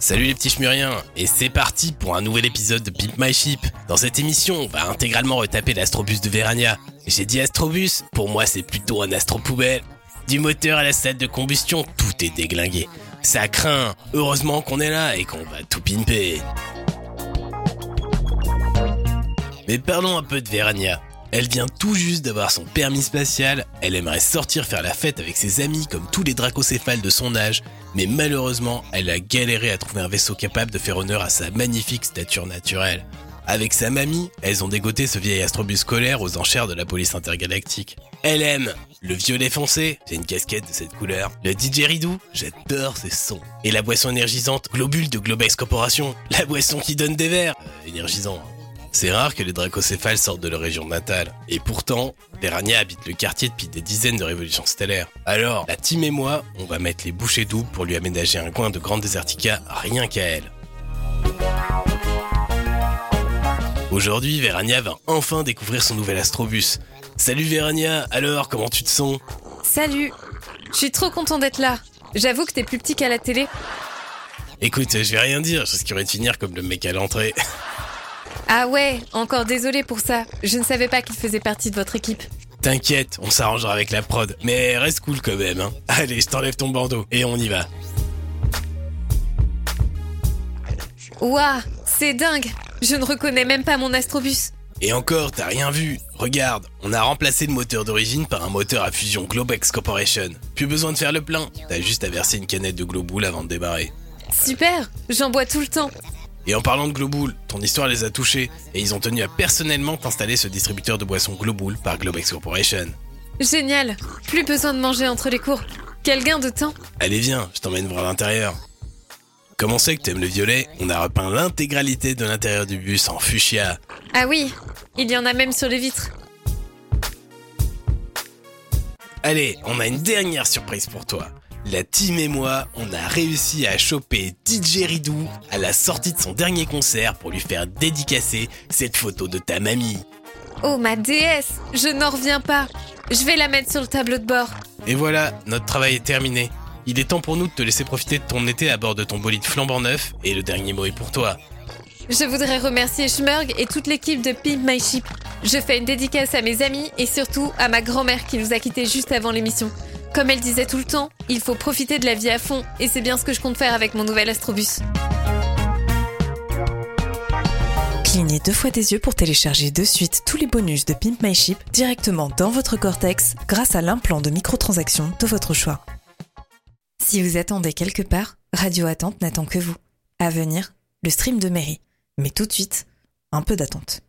Salut les petits schmuriens, et c'est parti pour un nouvel épisode de Pimp My Ship. Dans cette émission, on va intégralement retaper l'astrobus de Verania. J'ai dit astrobus, pour moi c'est plutôt un astropoubelle. Du moteur à la salle de combustion, tout est déglingué. Ça craint, heureusement qu'on est là et qu'on va tout pimper. Mais parlons un peu de Verania. Elle vient tout juste d'avoir son permis spatial, elle aimerait sortir faire la fête avec ses amis comme tous les dracocéphales de son âge, mais malheureusement, elle a galéré à trouver un vaisseau capable de faire honneur à sa magnifique stature naturelle. Avec sa mamie, elles ont dégoté ce vieil astrobus scolaire aux enchères de la police intergalactique. Elle aime le violet foncé, j'ai une casquette de cette couleur, le didgeridoo, j'adore ses sons, et la boisson énergisante Globule de Globex Corporation, la boisson qui donne des verres, énergisant. C'est rare que les dracocéphales sortent de leur région natale. Et pourtant, Verania habite le quartier depuis des dizaines de révolutions stellaires. Alors, la team et moi, on va mettre les bouchées doubles pour lui aménager un coin de Grande Desertica rien qu'à elle. Aujourd'hui, Verania va enfin découvrir son nouvel astrobus. Salut Verania, alors comment tu te sens ? Salut, je suis trop content d'être là. J'avoue que t'es plus petit qu'à la télé. Écoute, je vais rien dire, je risquerais de finir comme le mec à l'entrée. Ah ouais, encore désolé pour ça. Je ne savais pas qu'il faisait partie de votre équipe. T'inquiète, on s'arrangera avec la prod, mais reste cool quand même, hein. Allez, je t'enlève ton bandeau, et on y va. Ouah, c'est dingue. Je ne reconnais même pas mon astrobus. Et encore, t'as rien vu. Regarde, on a remplacé le moteur d'origine par un moteur à fusion Globex Corporation. Plus besoin de faire le plein, t'as juste à verser une canette de Globoule avant de démarrer. Super, j'en bois tout le temps. Et en parlant de Globoule, ton histoire les a touchés, et ils ont tenu à personnellement t'installer ce distributeur de boissons Globoule par Globex Corporation. Génial, plus besoin de manger entre les cours. Quel gain de temps. Allez viens, je t'emmène voir l'intérieur. Comme on sait que t'aimes le violet, on a repeint l'intégralité de l'intérieur du bus en fuchsia. Ah oui, il y en a même sur les vitres. Allez, on a une dernière surprise pour toi. La team et moi, on a réussi à choper Didgeridoo à la sortie de son dernier concert pour lui faire dédicacer cette photo de ta mamie. Oh ma déesse, je n'en reviens pas. Je vais la mettre sur le tableau de bord. Et voilà, notre travail est terminé. Il est temps pour nous de te laisser profiter de ton été à bord de ton bolide flambant neuf et le dernier mot est pour toi. Je voudrais remercier Schmurg et toute l'équipe de Pimp My Ship. Je fais une dédicace à mes amis et surtout à ma grand-mère qui nous a quittés juste avant l'émission. Comme elle disait tout le temps, il faut profiter de la vie à fond et c'est bien ce que je compte faire avec mon nouvel astrobus. Clignez 2 fois des yeux pour télécharger de suite tous les bonus de Pimp My Ship directement dans votre cortex grâce à l'implant de microtransactions de votre choix. Si vous attendez quelque part, Radio Attente n'attend que vous. À venir, le stream de Mairie. Mais tout de suite, un peu d'attente.